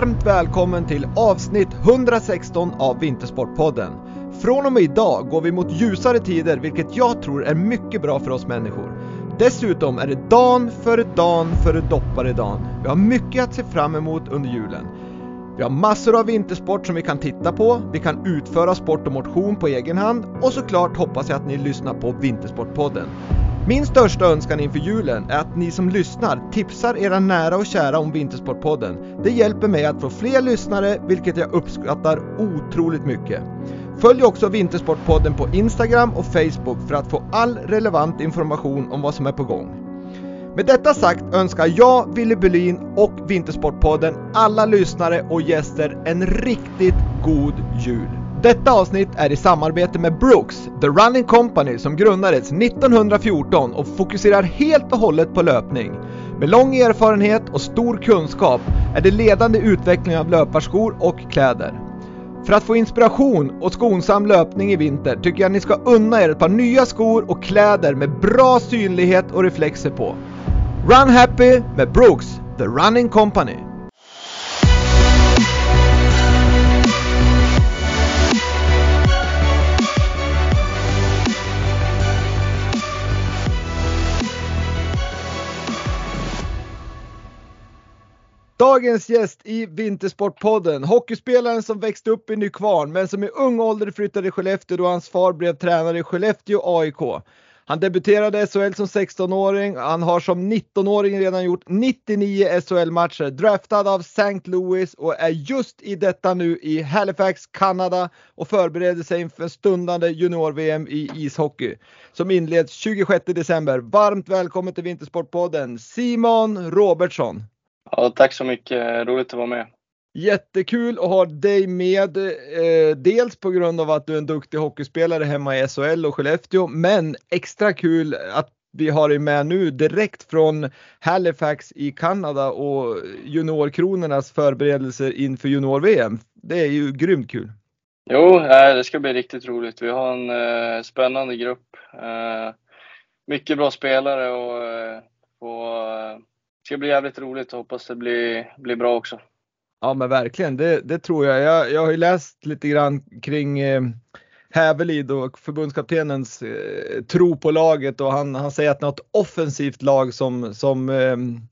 varmt välkommen till avsnitt 116 av Vintersportpodden. Från och med idag går vi mot ljusare tider, vilket jag tror är mycket bra för oss människor. Dessutom är det dan före dopparedagen. Vi har mycket att se fram emot under julen. Vi har massor av vintersport som vi kan titta på. Vi kan utföra sport och motion på egen hand. Och såklart hoppas jag att ni lyssnar på Vintersportpodden. Min största önskan inför julen är att ni som lyssnar tipsar era nära och kära om Vintersportpodden. Det hjälper mig att få fler lyssnare, vilket jag uppskattar otroligt mycket. Följ också Vintersportpodden på Instagram och Facebook för att få all relevant information om vad som är på gång. Med detta sagt önskar jag, Ville Berlin och Vintersportpodden alla lyssnare och gäster en riktigt god jul. Detta avsnitt är i samarbete med Brooks, The Running Company, som grundades 1914 och fokuserar helt och hållet på löpning. Med lång erfarenhet och stor kunskap är det ledande utveckling av löparskor och kläder. För att få inspiration och skonsam löpning i vinter tycker jag ni ska unna er ett par nya skor och kläder med bra synlighet och reflexer på. Run Happy med Brooks, The Running Company. Dagens gäst i Vintersportpodden, hockeyspelaren som växte upp i Nykvarn men som i ung ålder flyttade till Skellefteå då hans far blev tränare i Skellefteå AIK. Han debuterade i SHL som 16-åring, han har som 19-åring redan gjort 99 SHL-matcher, draftad av St. Louis och är just i detta nu i Halifax, Kanada och förbereder sig inför stundande junior-VM i ishockey som inleds 26 december. Varmt välkommen till Vintersportpodden, Simon Robertsson. Ja, tack så mycket. Roligt att vara med. Jättekul att ha dig med. Dels på grund av att du är en duktig hockeyspelare hemma i SHL och Skellefteå. Men extra kul att vi har dig med nu direkt från Halifax i Kanada och juniorkronornas förberedelser inför junior-VM. Det är ju grymt kul. Jo, det ska bli riktigt roligt. Vi har en spännande grupp. Mycket bra spelare och det ska bli jävligt roligt och hoppas det blir bra också. Ja men verkligen, det tror jag. Jag har ju läst lite grann kring Hävelid och förbundskaptenens tro på laget och han säger att något offensivt lag som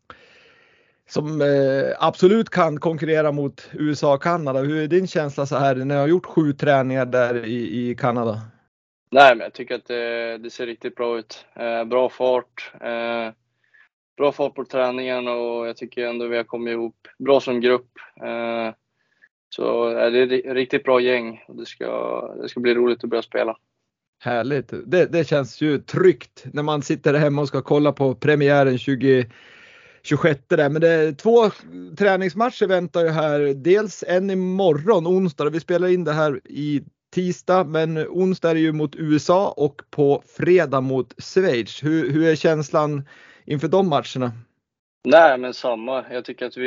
absolut kan konkurrera mot USA och Kanada. Hur är din känsla så här när jag har gjort 7 träningar där i Kanada? Nej, men jag tycker att det ser riktigt bra ut. Bra fart. Bra fart på träningen och jag tycker ändå vi har kommit ihop bra som grupp. Så det är ett riktigt bra gäng och det ska bli roligt att börja spela. Härligt. Det känns ju tryggt när man sitter hemma och ska kolla på premiären 26 där. Men det är 2 träningsmatcher väntar ju här. Dels en imorgon, onsdag. Och vi spelar in det här i tisdag. Men onsdag är det ju mot USA och på fredag mot Schweiz. Hur är känslan inför de matcherna? Nej, men samma. Jag tycker att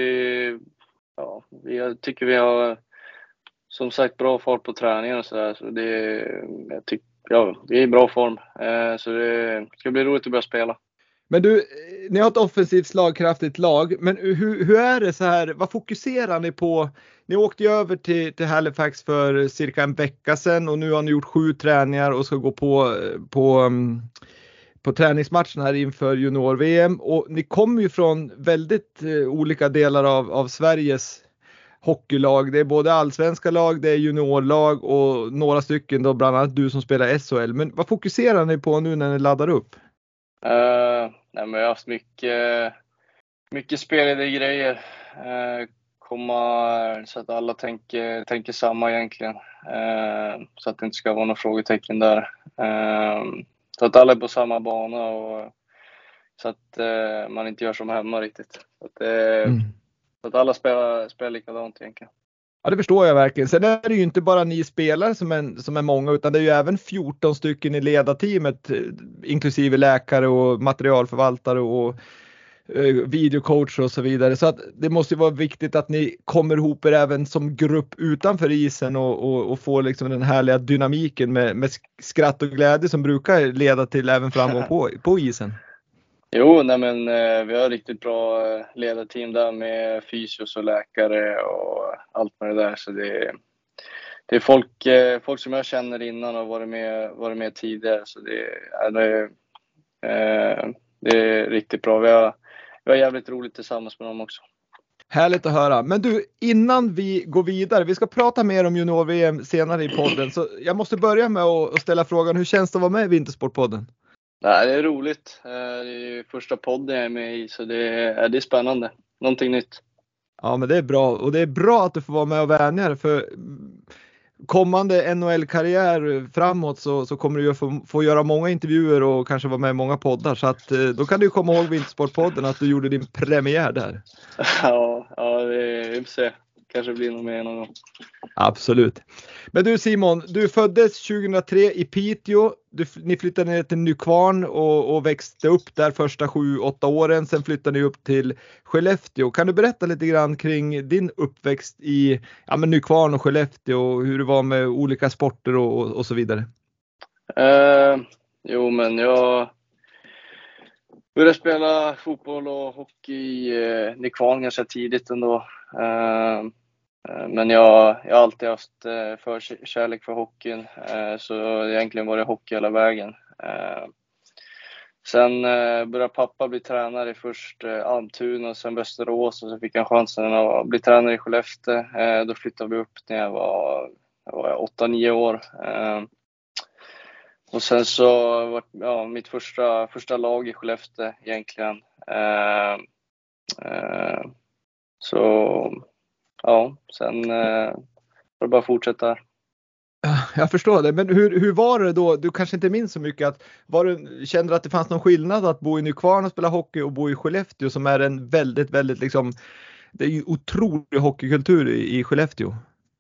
vi har som sagt bra fart på träningen och sådär. Så det är i bra form. Så det ska bli roligt att börja spela. Men du, ni har ett offensivt slagkraftigt lag. Men hur är det så här? Vad fokuserar ni på? Ni åkte ju över till Halifax för cirka en vecka sedan. Och nu har ni gjort 7 träningar och ska gå på träningsmatchen här inför junior-VM. Och ni kommer ju från väldigt olika delar av Sveriges hockeylag. Det är både allsvenska lag, det är juniorlag och några stycken då, bland annat du som spelar SHL. Men vad fokuserar ni på nu när ni laddar upp? Nej, men jag har haft mycket spelade grejer. Så att alla tänker samma egentligen. Så att det inte ska vara några frågetecken där. Så att alla är på samma bana och så att man inte gör som hemma riktigt. Så att alla spelar likadant egentligen. Ja, det förstår jag verkligen. Sen är det ju inte bara ni spelare som är många, utan det är ju även 14 stycken i ledarteamet, inklusive läkare och materialförvaltare och videocoach och så vidare. Så att det måste ju vara viktigt att ni kommer ihop er även som grupp utanför isen och får liksom den härliga dynamiken med skratt och glädje som brukar leda till även framgång på isen. Jo, nej men vi har riktigt bra ledarteam där med fysios och läkare och allt med det där. Så det är folk som jag känner innan och varit med tidigare. Så det är riktigt bra. Vi har jävligt roligt tillsammans med dem också. Härligt att höra. Men du, innan vi går vidare, vi ska prata mer om junior-VM senare i podden. Så jag måste börja med att ställa frågan, hur känns det att vara med i Vintersportpodden? Nej, det är roligt. Det är ju första podden jag är med i, så det är spännande. Någonting nytt. Ja, men det är bra. Och det är bra att du får vara med och vänja, för kommande NHL-karriär framåt så kommer du ju få göra många intervjuer och kanske vara med i många poddar. Så att då kan du komma ihåg Vintersportpodden, att du gjorde din premiär där. Ja, vi får se. Kanske blir nog med någon gång. Absolut. Men du Simon, du föddes 2003 i Piteå. Ni flyttade ner till Nykvarn och växte upp där första 7-8 åren. Sen flyttade ni upp till Skellefteå. Kan du berätta lite grann kring din uppväxt i Nykvarn och Skellefteå och hur det var med olika sporter och så vidare? Jo, men jag började spela fotboll och hockey i Nykvarn ganska tidigt ändå. Men jag har alltid haft kärlek för hockeyn, så egentligen var det hockey hela vägen. Sen började pappa bli tränare först Almtuna och sen Västerås, och så fick han chansen att bli tränare i Skellefteå. Då flyttade vi upp när jag var 8-9 år. Och sen så var mitt första lag i Skellefteå egentligen. Så ja, sen får det bara fortsätta. Jag förstår det, men hur var det då? Du kanske inte minns så mycket. Kände du att det fanns någon skillnad att bo i Nykvarn och spela hockey och bo i Skellefteå, som är en väldigt, väldigt liksom, det är ju otrolig hockeykultur i Skellefteå?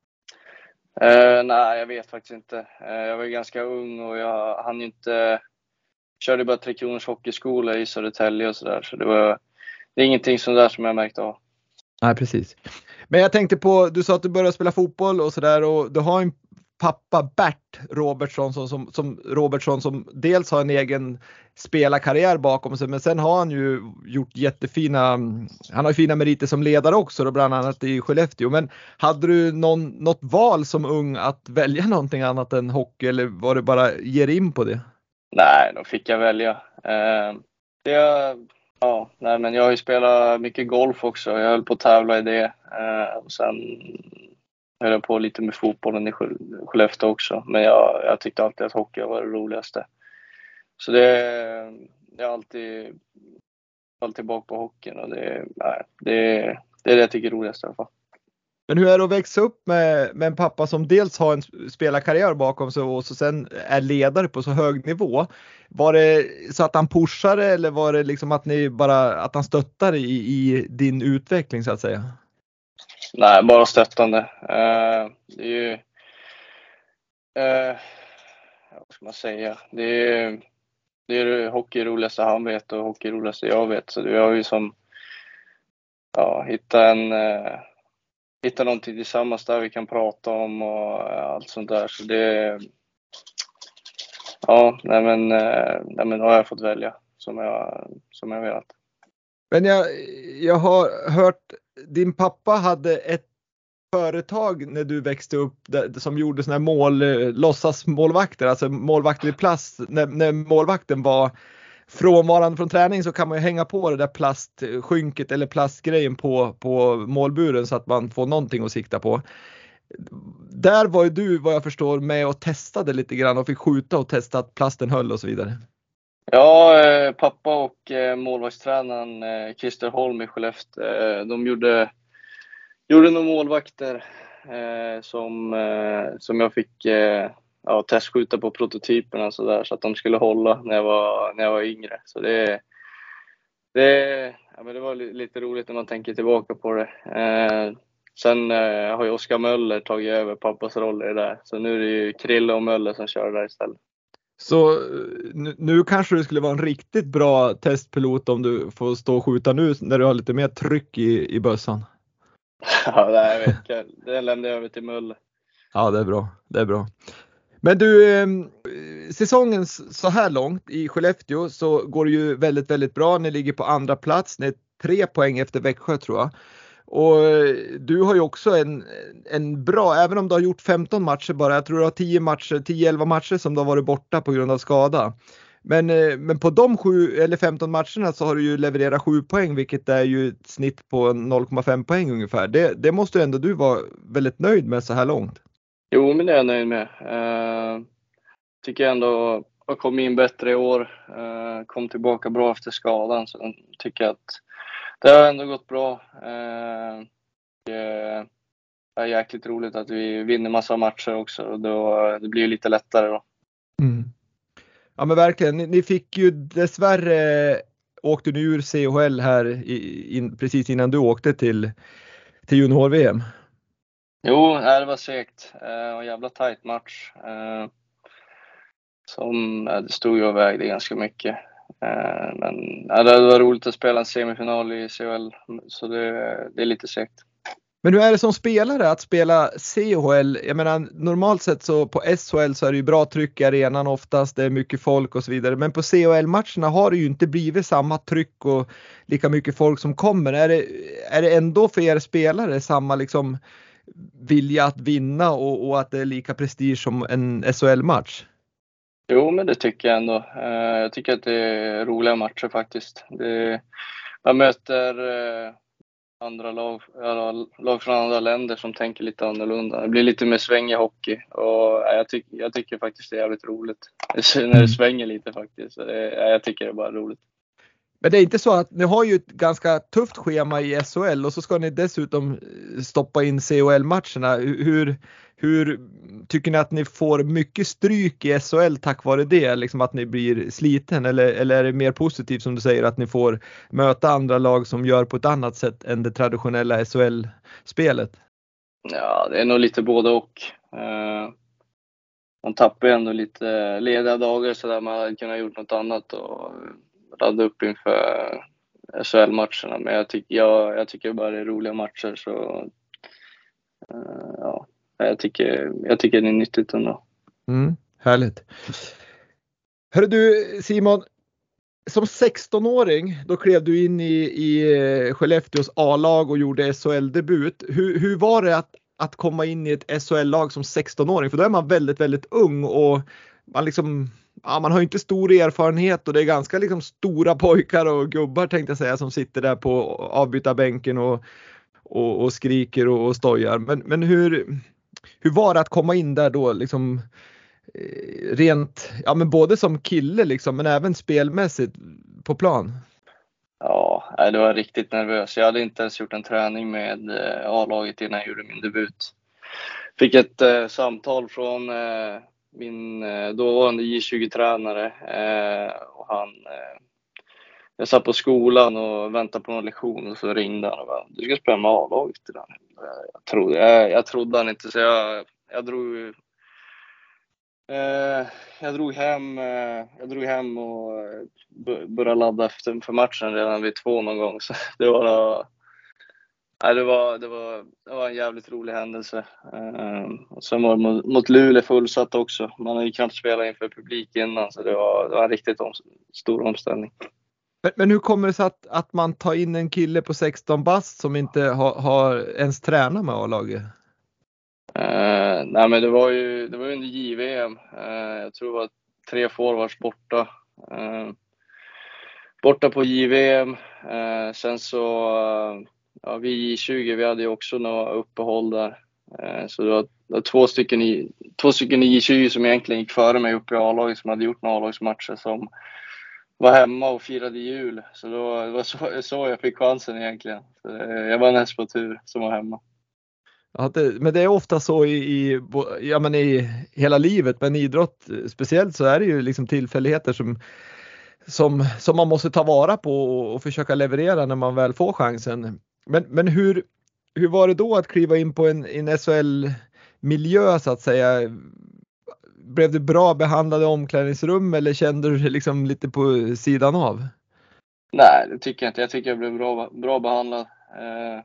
Nej, jag vet faktiskt inte. Jag var ju ganska ung och jag hann ju inte, körde bara 3 kronors hockeyskola i Södertälje och sådär. Så det är ingenting sånt där som jag märkte av. Nej, precis. Men jag tänkte på, du sa att du började spela fotboll och sådär, och du har en pappa, Bert Robertsson, som dels har en egen spelarkarriär bakom sig, men sen har han ju gjort han har ju fina meriter som ledare också då, bland annat i Skellefteå. Men hade du något val som ung att välja någonting annat än hockey, eller var det bara ge dig in på det? Nej, då fick jag välja. Men jag har ju spelat mycket golf också. Jag höll på att tävla i det. Och sen höll jag på lite med fotbollen i Skellefteå också. Men jag tyckte alltid att hockey var det roligaste. Så jag har alltid fallit tillbaka på hockeyn. Och det är det jag tycker är roligast i alla fall. Men hur är det att växa upp med en pappa som dels har en spelarkarriär bakom sig och så sen är ledare på så hög nivå? Var det så att han pushade, eller var det liksom att han stöttar i din utveckling så att säga? Nej, bara stöttande. Det är ju vad ska man säga? Det är hockey roligaste han vet och hockey roligaste jag vet. Så vi har ju hitta någonting tillsammans där vi kan prata om och allt sånt där. Så men har jag fått välja som jag velat. Men jag har hört, din pappa hade ett företag när du växte upp som gjorde såna här låtsasmålvakter, alltså målvakter i plast. När målvakten var frånvarande från träning så kan man ju hänga på det där plastskynket eller plastgrejen på målburen så att man får någonting att sikta på. Där var ju du, vad jag förstår, med och testade lite grann och fick skjuta och testa att plasten höll och så vidare. Ja, pappa och målvaktstränaren Christer Holm i Skellefteå, de gjorde några målvakter som jag fick testskjuta på prototyperna så att de skulle hålla när jag var yngre. Så det var lite roligt när man tänker tillbaka på det. Sen har ju Oskar Möller tagit över pappas roll i det där. Så nu är det ju Krille och Möller som kör där istället. Så nu kanske du skulle vara en riktigt bra testpilot om du får stå och skjuta nu när du har lite mer tryck i bössan. Ja, jag vet. Det lämnar jag över till Möller. Ja, det är bra. Men du, säsongen så här långt i Skellefteå så går det ju väldigt, väldigt bra. Ni ligger på andra plats. Ni är 3 poäng efter Växjö tror jag. Och du har ju också en bra, även om du har gjort 15 matcher bara, jag tror du har 10-11 matcher som du har varit borta på grund av skada. Men på de 7 eller 15 matcherna så har du ju levererat 7 poäng, vilket är ju ett snitt på 0,5 poäng ungefär. Det måste ju ändå du vara väldigt nöjd med så här långt. Jo, men det är jag nöjd med. Tycker jag ändå har kommit in bättre i år. Kom tillbaka bra efter skadan. Så jag tycker att det har ändå gått bra. Det är jäkligt roligt att vi vinner massa matcher också. Och det blir lite lättare då. Mm. Ja men verkligen. Ni fick ju dessvärre åkte ni ur CHL här precis innan du åkte till junior-VM. Jo, det var segt. En jävla tight match. Det stod ju och vägde ganska mycket. Men det var roligt att spela en semifinal i CHL. Så det är lite segt. Men hur är det som spelare att spela CHL? Jag menar normalt sett så på SHL så är det ju bra tryck i arenan oftast. Det är mycket folk och så vidare. Men på CHL-matcherna har det ju inte blivit samma tryck och lika mycket folk som kommer. Är det ändå för er spelare samma liksom vilja att vinna och att det är lika prestige som en SHL-match? Jo, men det tycker jag ändå. Jag tycker att det är roliga matcher faktiskt. Man möter andra lag från andra länder som tänker lite annorlunda. Det blir lite mer sväng i hockey och jag tycker faktiskt det är jävligt roligt. När det svänger lite faktiskt. Jag tycker det är bara roligt. Men det är inte så att ni har ju ett ganska tufft schema i SHL och så ska ni dessutom stoppa in CHL-matcherna. Hur tycker ni att ni får mycket stryk i SHL tack vare det? Liksom att ni blir sliten eller är det mer positivt som du säger att ni får möta andra lag som gör på ett annat sätt än det traditionella SHL-spelet? Ja, det är nog lite både och. Man tappar ju ändå lite lediga dagar så där man hade kunnat gjort något annat och radda upp inför SHL-matcherna. Men jag tycker bara det är roliga matcher så ja, jag tycker det är nyttigt ändå. Härligt. Hörru du Simon, som 16-åring då klev du in i Skellefteås A-lag och gjorde SHL-debut. Hur var det att komma in i ett SHL-lag som 16-åring? För då är man väldigt, väldigt ung och man liksom, ja, man har inte stor erfarenhet och det är ganska liksom stora pojkar och gubbar tänkte jag säga som sitter där på avbytarbänken och skriker och stojar. Men hur var det att komma in där då liksom rent, ja men både som kille liksom men även spelmässigt på plan? Ja, det var riktigt nervös. Jag hade inte ens gjort en träning med A-laget innan jag gjorde min debut. Fick ett samtal från min dåvarande J20-tränare och jag satt på skolan och väntade på någon lektion och så ringde han och bara, du ska spela med A-laget idag. Jag trodde han inte så jag drog hem och började ladda för matchen redan vid 2 någon gång. Så det var en jävligt rolig händelse. Och sen var det mot Luleå fullsatt också. Man hade ju knappt spelat inför publik innan så det var en riktigt stor omställning. Men hur kommer det sig att man tar in en kille på 16 bast som inte har ens tränat med A-laget? Nej men det var ju under JVM. Jag tror det var 3 forwards borta på JVM. Sen så vi J20 vi hade ju också några uppehåll där. Så det var 2 stycken i J20 som egentligen gick före mig upp i A-laget som hade gjort några A-lagsmatcher som var hemma och firade jul. Så det var så jag fick chansen egentligen. Så jag var näst på tur som var hemma. Ja, men det är ofta så i hela livet, men i idrott speciellt så är det ju liksom tillfälligheter som man måste ta vara på och försöka leverera när man väl får chansen. Men hur var det då att kliva in på en SHL-miljö så att säga? Blev du bra behandlad i omklädningsrum eller kände du dig liksom lite på sidan av? Nej, det tycker jag inte. Jag tycker jag blev bra behandlad.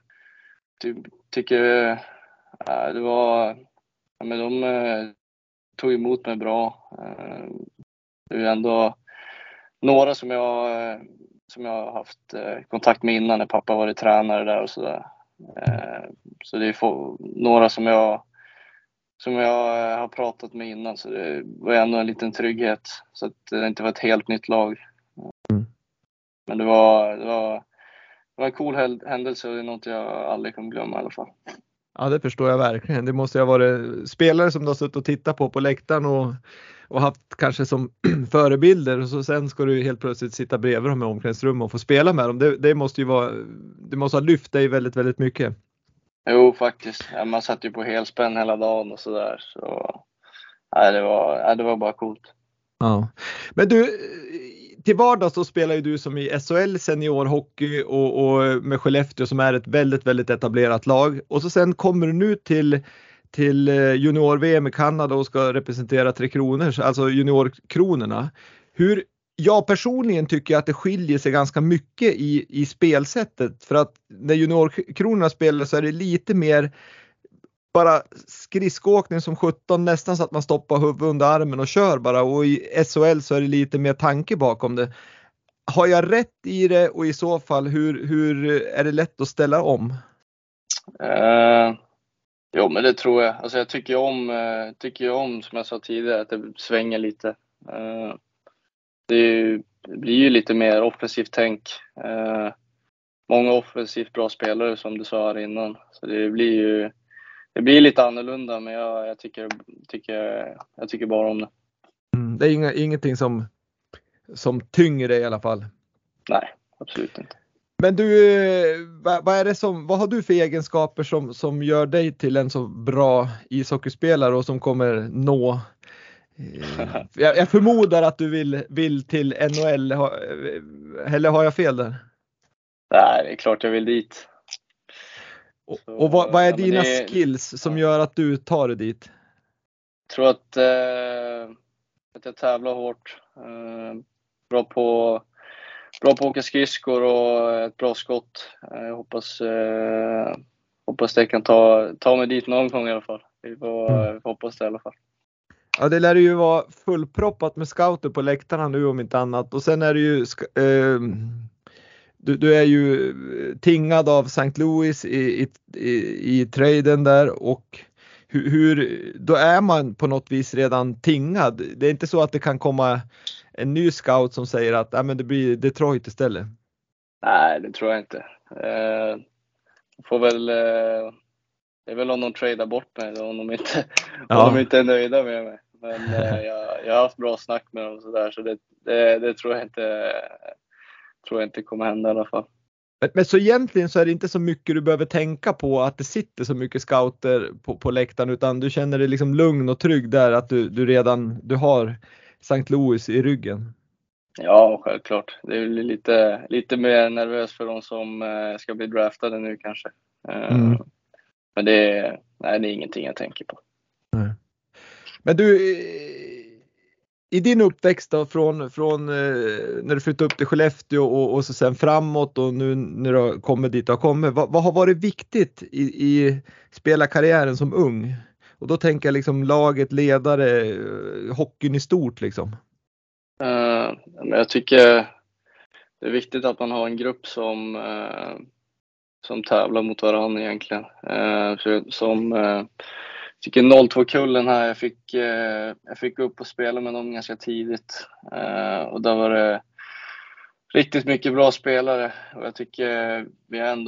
Tycker det var, ja, men tog emot mig bra. Det är ju ändå några som jag har haft kontakt med innan när pappa varit tränare där och sådär. Så det är några som jag har pratat med innan, så det var ändå en liten trygghet så att det inte var ett helt nytt lag. Men det var en cool händelse och det är något jag aldrig kommer glömma i alla fall. Ja, det förstår jag verkligen. Det måste ju ha varit spelare som du har suttit och tittat på läktaren och haft kanske som förebilder, och så sen ska du helt plötsligt sitta bredvid dem i omklädningsrum och få spela med dem. Det måste ha lyft dig väldigt, väldigt mycket. Jo, faktiskt. Ja, man satt ju på helspänn hela dagen och sådär. Så det var bara coolt. Ja. Men du, till vardags så spelar ju du som i SHL seniorhockey och med Skellefteå som är ett väldigt, väldigt etablerat lag. Och så sen kommer du nu till junior-VM i Kanada och ska representera Tre Kronor, alltså juniorkronorna. Jag personligen tycker att det skiljer sig ganska mycket i spelsättet, för att när juniorkronorna spelar så är det lite mer bara skridskoåkning som 17, nästan så att man stoppar huvudet under armen och kör bara, och i SHL så är det lite mer tanke bakom det. Har jag rätt i det, och i så fall hur är det lätt att ställa om? Jo, men det tror jag. Alltså jag tycker om som jag sa tidigare att det svänger lite. Det blir ju lite mer offensivt tänk. Många offensivt bra spelare som du sa här innan. Så det blir lite annorlunda, men jag tycker bara om det. Det är ingenting som tynger dig i alla fall. Nej, absolut inte. Men du, vad har du för egenskaper som gör dig till en så bra ishockeyspelare och som kommer nå? Jag förmodar att du vill till NHL, eller har jag fel där? Nej, det är klart jag vill dit. Och vad är dina skills som gör att du tar det dit? Jag tror att jag tävlar hårt. Bra på att åka skridskor och ett bra skott. Jag hoppas det kan ta mig dit någon gång i alla fall. Vi får hoppas det i alla fall. Ja, det lär ju vara fullproppat med scouter på läktarna nu om inte annat. Och sen är det ju du är ju tingad av St. Louis i traden där, och då är man på något vis redan tingad. Det är inte så att det kan komma en ny scout som säger att men det blir Detroit istället. Nej, det tror jag inte. Det är väl om de tradar bort mig om de inte är nöjda med mig. Men jag har haft bra snack med dem och sådär, så det tror jag inte kommer hända i alla fall. Men så egentligen så är det inte så mycket du behöver tänka på att det sitter så mycket scouter på läktaren, utan du känner dig liksom lugn och trygg där, att du har St. Louis i ryggen. Ja, självklart. Det är lite mer nervös för de som ska bli draftade nu kanske. Men det är ingenting jag tänker på. Nej. Men du, i din uppväxt då, från när du flyttade upp till Skellefteå och så sen framåt, och nu när du kommer dit du har kommit, vad har varit viktigt i spelarkarriären som ung? Och då tänker jag liksom laget, ledare, hockeyn i stort liksom. Men jag tycker det är viktigt att man har en grupp som tävlar mot varandra egentligen. Jag tycker 02-kullen här, jag fick upp och spela med dem ganska tidigt. Och där var det riktigt mycket bra spelare. Och jag tycker vi har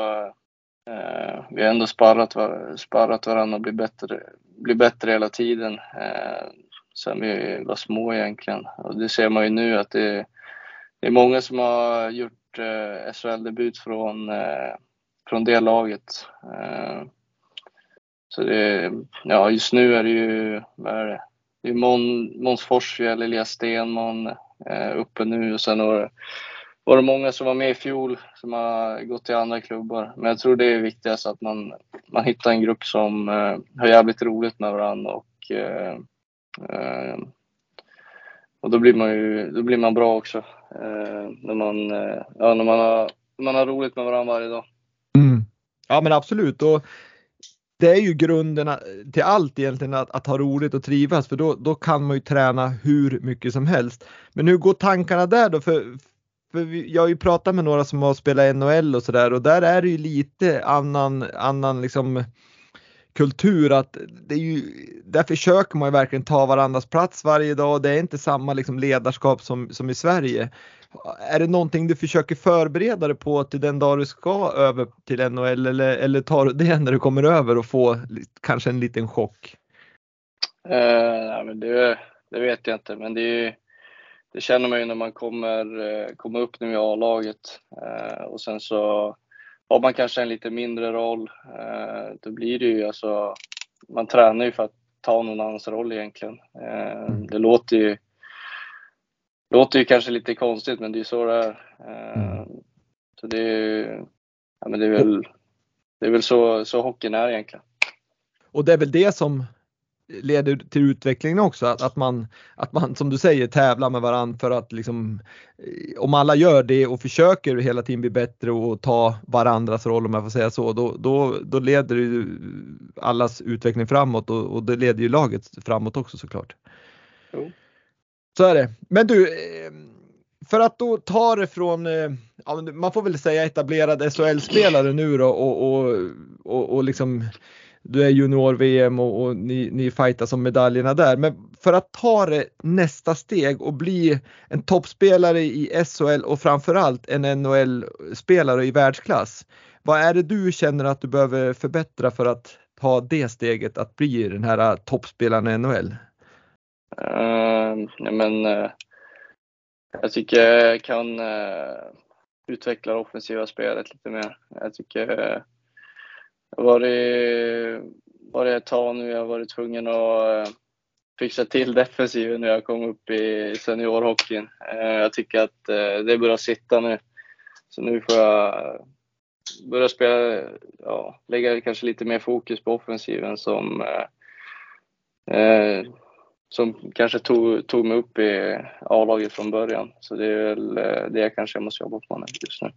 ändå sparrat varandra och blir bättre hela tiden. Sen vi var små egentligen. Och det ser man ju nu att det är många som har gjort SHL-debut från det laget. Så just nu är det ju, det är Måns Forsfjäll, Elias Stenman uppe nu, och sen var det många som var med i fjol som har gått till andra klubbar. Men jag tror det är viktigast att man hittar en grupp som har jävligt roligt med varandra, och då blir man bra också när man har roligt med varandra varje dag. Ja, men absolut. Och det är ju grunden till allt egentligen, att ha roligt och trivas, för då kan man ju träna hur mycket som helst. Men hur går tankarna där då? För jag har ju pratat med några som har spelat NHL och sådär, och där är det ju lite annan liksom kultur, att det är ju, där försöker man ju verkligen ta varandras plats varje dag, och det är inte samma liksom ledarskap som i Sverige. Är det någonting du försöker förbereda dig på till den dag du ska över till NHL, eller tar du det när du kommer över och får kanske en liten chock? Nej, men det vet jag inte, men det känner man ju när man kommer upp nu i A-laget, och sen så har man kanske en lite mindre roll. Då blir det ju, alltså, man tränar ju för att ta någon annans roll egentligen. Det låter ju kanske lite konstigt, men det är så det är. Så det är väl så hockeyn är egentligen. Och det är väl det som leder till utvecklingen också, att man som du säger tävlar med varandra, för att liksom, om alla gör det och försöker hela tiden bli bättre och ta varandras roll, om jag får säga så, då leder ju allas utveckling framåt, och det leder ju laget framåt också såklart. Jo. Så är det. Men du, för att då ta det från, man får väl säga etablerad SHL-spelare nu då, och liksom, du är junior-VM och ni fightas om medaljerna där. Men för att ta det nästa steg och bli en toppspelare i SHL och framförallt en NHL-spelare i världsklass, vad är det du känner att du behöver förbättra för att ta det steget att bli den här toppspelaren i NHL? Jag tycker jag kan utveckla det offensiva spelet lite mer. Jag tycker jag har varit ett tag nu. Jag har varit tvungen att fixa till defensiven när jag kom upp i seniorhockeyn. Jag tycker att det börjar sitta nu. Så nu får jag börja spela, lägga kanske lite mer fokus på offensiven som kanske tog mig upp i A-laget från början. Så det är väl det jag kanske måste jobba på just nu.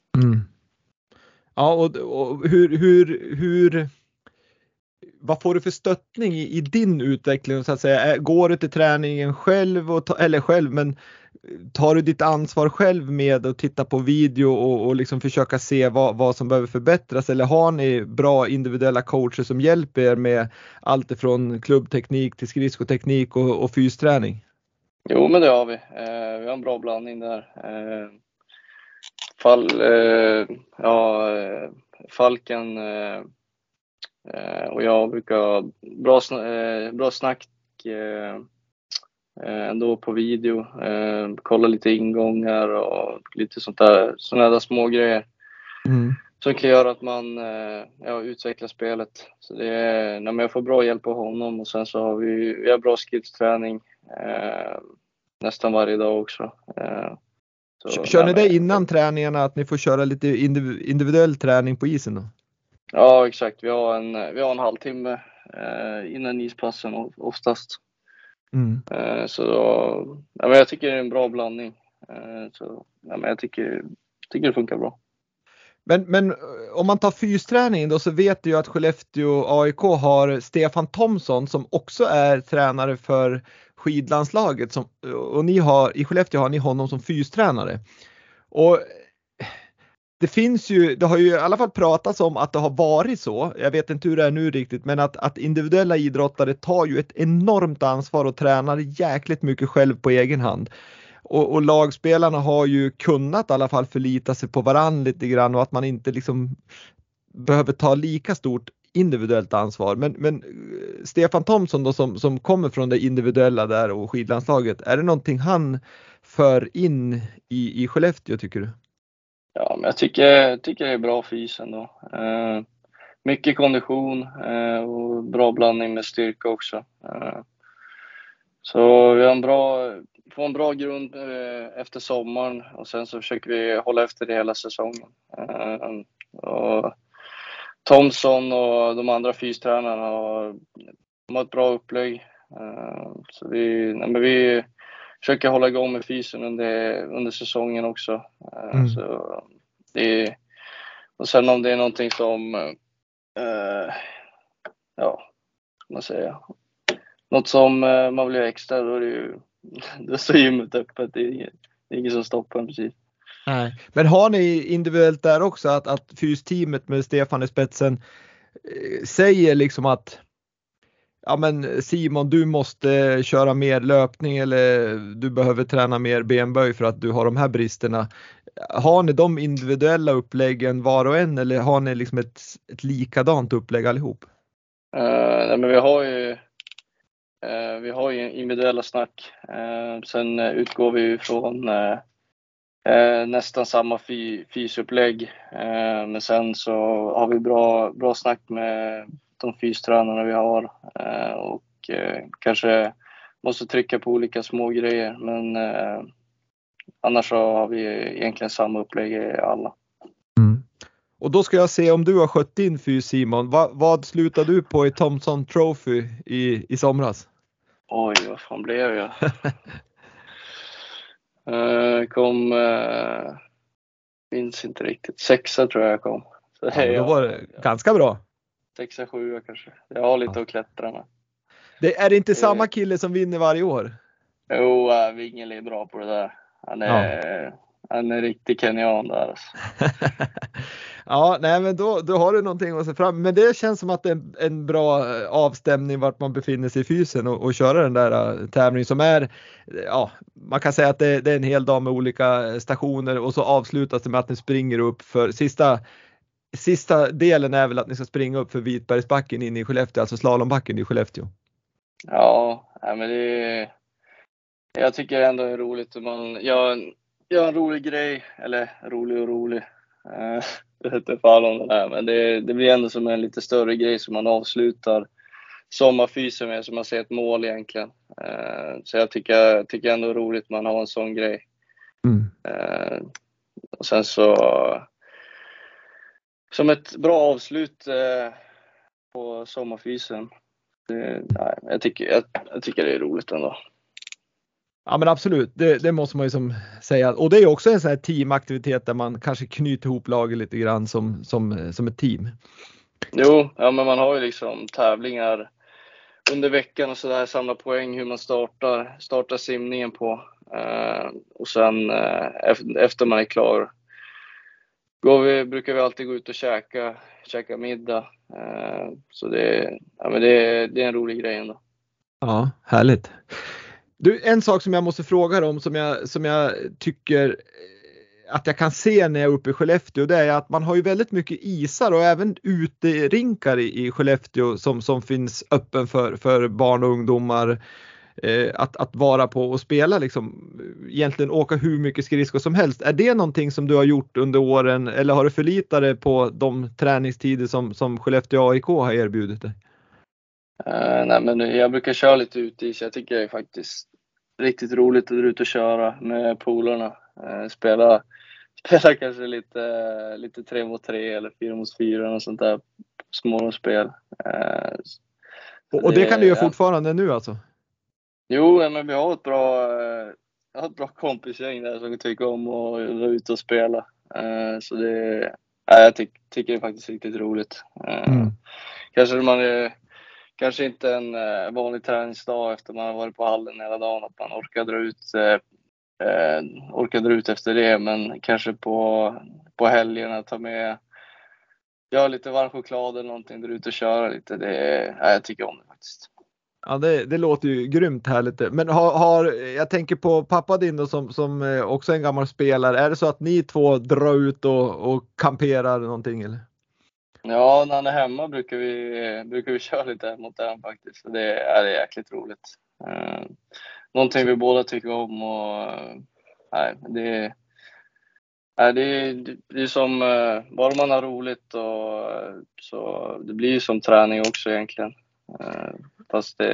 Ja, och hur vad får du för stöttning i din utveckling, så att säga? Går du till träningen själv, men tar du ditt ansvar själv med att titta på video och liksom försöka se vad som behöver förbättras, eller har ni bra individuella coacher som hjälper er med allt ifrån klubbteknik till skridskoteknik och fysträning? Jo, men det har vi. Vi har en bra blandning där. Falken och jag brukar bra snack ändå på video, kolla lite ingångar och lite sådana där små grejer som kan göra att man utvecklar spelet. Så det är, när jag får bra hjälp av honom, och sen så har vi har bra skillsträning nästan varje dag också. Kör ni det innan träningarna, att ni får köra lite individuell träning på isen då? Ja, exakt. Vi har en halvtimme innan ispassen oftast. Men jag tycker det är en bra blandning. Men jag tycker det funkar bra. Men om man tar fysträningen då, så vet du ju att Skellefteå AIK har Stefan Thomsson som också är tränare för skidlandslaget, och i Skellefteå har ni honom som fystränare. Och det har ju i alla fall pratats om att det har varit så. Jag vet inte hur det är nu riktigt, men att individuella idrottare tar ju ett enormt ansvar och tränar jäkligt mycket själv på egen hand. Och lagspelarna har ju kunnat i alla fall förlita sig på varandra lite grann, och att man inte liksom behöver ta lika stort individuellt ansvar. Men Stefan Thomsson då, som kommer från det individuella där och skidlandslaget, är det någonting han för in i Skellefteå, tycker du? Ja, men jag tycker det är bra fysen då. Mycket kondition och bra blandning med styrka också. Så vi har får en bra grund efter sommaren, och sen så försöker vi hålla efter det hela säsongen. Och Thomsson och de andra fystränarna har ett bra upplägg. Så vi försöker hålla igång med fysen under säsongen också. Och sen om det är någonting som ja, ska man säga. Något som man vill göra extra, då är det ju, då står gymmet öppet. Det är inget som stoppar en precis. Nej. Men har ni individuellt där också att fysteamet med Stefan i spetsen säger liksom att ja men Simon, du måste köra mer löpning eller du behöver träna mer benböj för att du har de här bristerna. Har ni de individuella uppläggen var och en eller har ni liksom ett likadant upplägg allihop? Nej, men vi har ju individuella snack. Sen utgår vi från nästan samma fysupplägg. Men sen så har vi bra snack med de fystränarna vi har. Och kanske måste trycka på olika små grejer. Men annars så har vi egentligen samma upplägg i alla. Mm. Och då ska jag se om du har skött din fys, Simon. Vad slutade du på i Thomson Trophy i somras? Oj, vad fan blev jag? Minns inte riktigt. 6:a tror jag kom. Så Då var det ganska bra. 6:a, 7:a kanske. Jag har lite att klättra med. Det är inte samma kille som vinner varje år? Jo, Wingel är bra på det där. Han är riktigt kenyan där alltså. Ja, nej men då har du någonting att se fram. Men det känns som att det är en bra avstämning vart man befinner sig i fysen och köra den där tävlingen som är, ja, man kan säga att det är en hel dag med olika stationer och så avslutas det med att ni springer upp för sista delen är väl att ni ska springa upp för Vitbergsbacken in i Skellefteå, alltså slalombacken i Skellefteå. Ja, men jag tycker ändå det är roligt att man gör en rolig grej, eller rolig. Jag vet inte fan om det här, men det blir ändå som en lite större grej som man avslutar sommarfysen med, som man ser ett mål egentligen. Så jag tycker ändå det är roligt att man har en sån grej. Och sen så som ett bra avslut på sommarfysen. Jag tycker det är roligt ändå. Ja men absolut, det måste man ju som säga. Och det är också en sån här teamaktivitet där man kanske knyter ihop laget lite grann som ett team. Jo, ja, men man har ju liksom tävlingar under veckan och sådär, samla poäng hur man startar simningen på. Och sen efter man är klar brukar vi alltid gå ut och käka middag. Så det är en rolig grej ändå. Ja, härligt. Du, en sak som jag måste fråga om som jag tycker att jag kan se när jag är uppe i Skellefteå, det är att man har ju väldigt mycket isar och även uterinkar i Skellefteå som finns öppen för barn och ungdomar att vara på och spela liksom, egentligen åka hur mycket skridskor som helst. Är det någonting som du har gjort under åren eller har du förlitat dig på de träningstider som Skellefteå AIK har erbjudit dig? Nej, men jag brukar köra lite utis. Jag tycker det är faktiskt riktigt roligt att dra ut och köra med polarna. Spela kanske lite 3 mot 3 eller 4 mot 4 och sånt där småspel. Och det kan du göra fortfarande nu alltså? Jo, men vi har ett bra kompisgäng där som tycker om att vara ute och spela. Så jag tycker det är faktiskt riktigt roligt. Kanske inte en vanlig träningsdag efter man har varit på hallen hela dagen, att man orkar dra ut efter det, men kanske på helgerna göra lite varm choklad eller någonting, dra ut och köra lite. Jag tycker om det faktiskt. Ja, det låter ju grymt härligt. Men jag tänker på pappa din då, som också är en gammal spelare. Är det så att ni två drar ut och kamperar någonting eller? Ja, när han är hemma brukar vi köra lite mot den faktiskt. Det är jäkligt roligt. Någonting vi båda tycker om och det är som bara man har roligt och så det blir ju som träning också egentligen. Fast det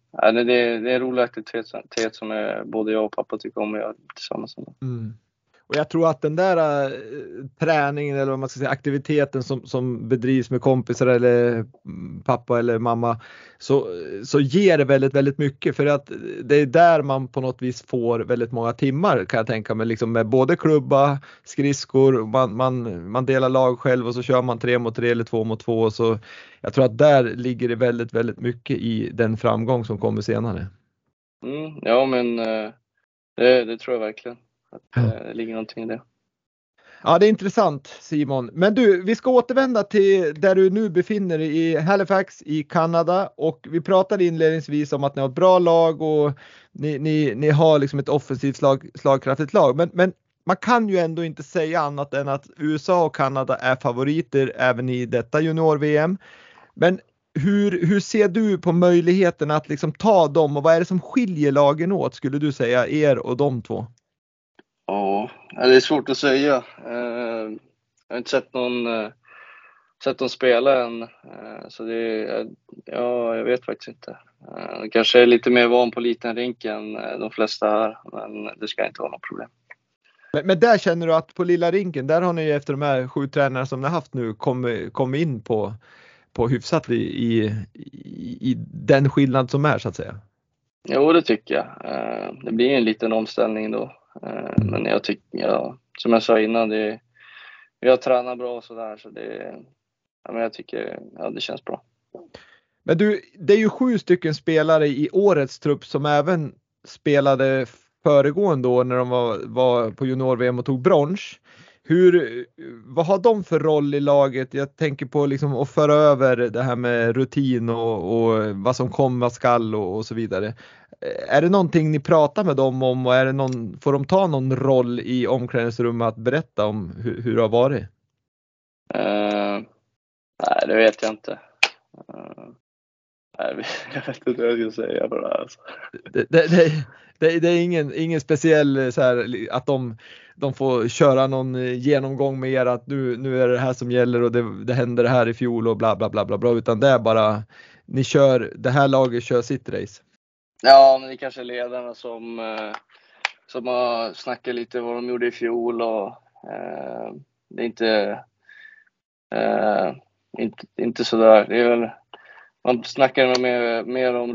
är en rolig aktivitet som både jag och pappa tycker om att göra tillsammans. Och jag tror att den där träningen eller vad man ska säga, aktiviteten som bedrivs med kompisar eller pappa eller mamma så ger det väldigt, väldigt mycket, för att det är där man på något vis får väldigt många timmar, kan jag tänka mig, liksom med både klubba, skridskor, man delar lag själv och så kör man 3 mot 3 eller 2 mot 2, så jag tror att där ligger det väldigt, väldigt mycket i den framgång som kommer senare. Ja, men det tror jag verkligen. Att det ligger någonting i det. Ja, det är intressant, Simon. Men du, vi ska återvända till där du nu befinner dig i Halifax i Kanada, och vi pratade inledningsvis om att ni har ett bra lag och ni har liksom ett offensivt slagkraftigt lag. Men man kan ju ändå inte säga annat än att USA och Kanada är favoriter även i detta junior-VM. Men hur ser du på möjligheten att liksom ta dem, och vad är det som skiljer lagen åt, skulle du säga, er och de två? Ja, det är svårt att säga. Jag har inte sett dem spela än. Så jag vet faktiskt inte. Kanske är lite mer van på liten rink än de flesta här, men det ska inte vara något problem. Men där känner du att på lilla rinken, där har ni efter de här 7 tränarna som ni har haft nu kommit in på hyfsat i den skillnad som är, så att säga? Jo, det tycker jag. Det blir en liten omställning då. Men jag tycker, som jag sa innan, vi har tränat bra och sådär, så men jag tycker det känns bra. Men du, det är ju 7 stycken spelare i årets trupp som även spelade föregående år när de var på junior-VM och tog brons. Vad har de för roll i laget? Jag tänker på liksom att föra över det här med rutin och vad som komma skall och så vidare. Är det någonting ni pratar med dem om, och får de ta någon roll i omklädningsrummet att berätta om hur det har varit? Nej, det vet jag inte. Jag vet inte vad jag ska säga på det här. Alltså. Det är ingen speciell så här, att de får köra någon genomgång med er att nu är det här som gäller och det hände det här i fjol och bla bla bla bla bla, utan det är bara det här laget kör sitt race. Ja, men det är kanske ledarna som har snackat lite vad de gjorde i fjol, och det är inte så där. Det är väl, man snackar mer om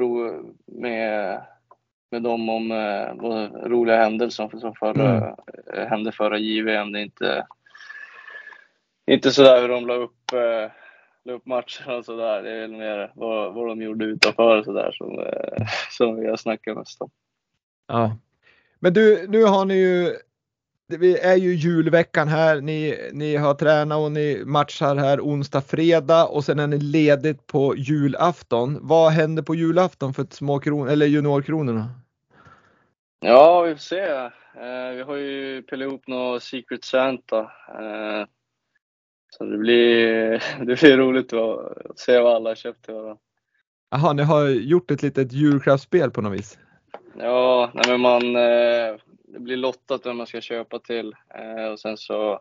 med dem om roliga händelser som hände förra JVM. Det är inte så där hur de la upp matchen och så där. Det är väl mer vad de gjorde utanför så där som vi har snackat mest om. Ja. Men du, nu har ni ju, vi är ju julveckan här, ni har tränat och ni matchar här onsdag, fredag, och sen är ni ledigt på julafton. Vad händer på julafton för juniorkronorna? Ja, vi får se. Vi har ju pillat ihop något Secret Santa. Så det blir roligt att se vad alla har köpt till varandra. Jaha, ni har gjort ett litet julklappsspel på något vis? Ja, nej, men det blir lottat vem man ska köpa till. Och sen så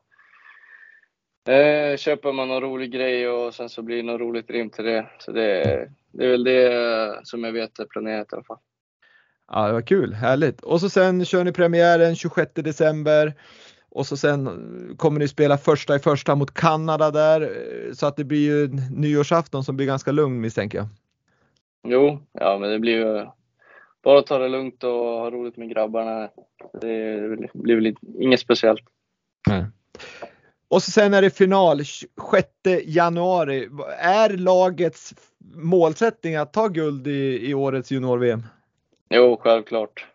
köper man någon rolig grej och sen så blir det något roligt rim till det. Så det är väl det som jag vet är planerat i alla fall. Ja, det var kul, härligt. Och så sen kör ni premiären 26 december. Och så sen kommer ni spela första mot Kanada där. Så att det blir ju nyårsafton som blir ganska lugn, misstänker jag. Jo, ja, men det blir ju bara att ta det lugnt och ha roligt med grabbarna. Det blir väl inget speciellt. Nej. Och så sen är det final 6 januari. Är lagets målsättning att ta guld i årets junior-VM? Jo, självklart.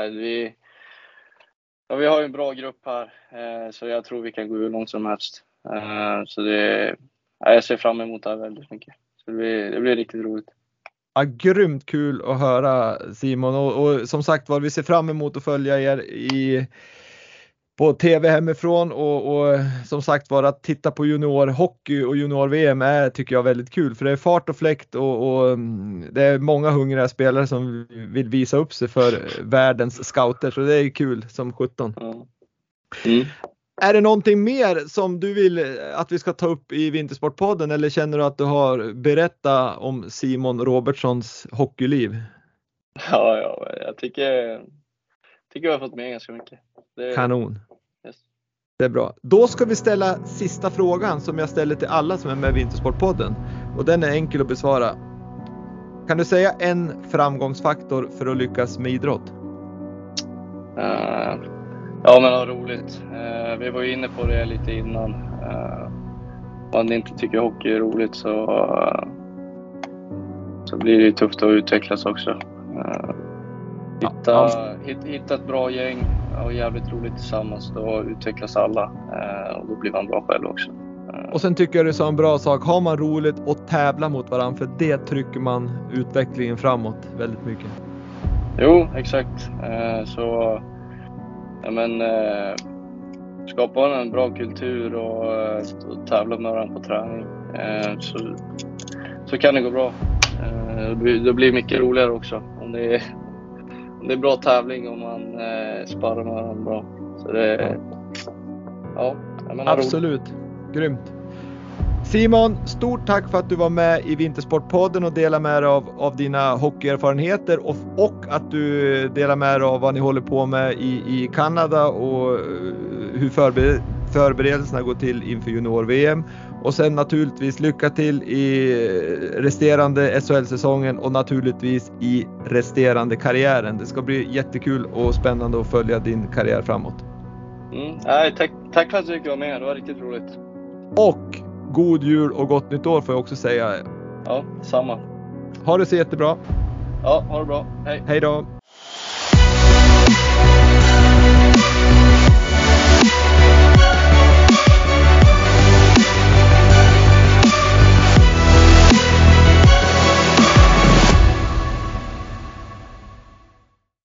Vi har ju en bra grupp här, så jag tror vi kan gå hur långt som helst. Så jag ser fram emot det här väldigt mycket. Så det blir riktigt roligt. Ja, grymt kul att höra, Simon, och som sagt var, vi ser fram emot att följa er på tv hemifrån, och som sagt var, att titta på juniorhockey och junior-VM tycker jag väldigt kul, för det är fart och fläkt och det är många hungriga spelare som vill visa upp sig för världens scouter, så det är kul som 17. Mm. Är det någonting mer som du vill att vi ska ta upp i Vintersportpodden, eller känner du att du har berättat om Simon Robertsons hockeyliv? Ja, jag tycker jag har fått med ganska mycket. Kanon. Yes. Det är bra. Då ska vi ställa sista frågan som jag ställer till alla som är med i Vintersportpodden. Och den är enkel att besvara. Kan du säga en framgångsfaktor för att lyckas med idrott? Ja, men vad roligt. Vi var ju inne på det lite innan. Om man inte tycker hockey är roligt så blir det tufft att utvecklas också. Hitta ett bra gäng och jävligt roligt tillsammans, då utvecklas alla och då blir man bra själv också. Och sen tycker jag det är så en bra sak, har man roligt och tävla mot varandra, för det trycker man utvecklingen framåt väldigt mycket. Jo, exakt. Så ja, men skapa en bra kultur och tävla med varandra på träning, så kan det gå bra. Det blir mycket roligare också om det är bra tävling och man sparar med varandra bra. Så det absolut. Grymt. Simon, stort tack för att du var med i Vintersportpodden och delade med dig av dina hockeyerfarenheter och att du delar med dig av vad ni håller på med i Kanada och hur förberedelserna går till inför junior-VM. Och sen naturligtvis lycka till i resterande SHL-säsongen och naturligtvis i resterande karriären. Det ska bli jättekul och spännande att följa din karriär framåt. Tack för att du fick vara med, det var riktigt roligt. Och god jul och gott nytt år får jag också säga. Ja, samma. Ha det så jättebra. Ja, ha det bra. Hej. Hej då.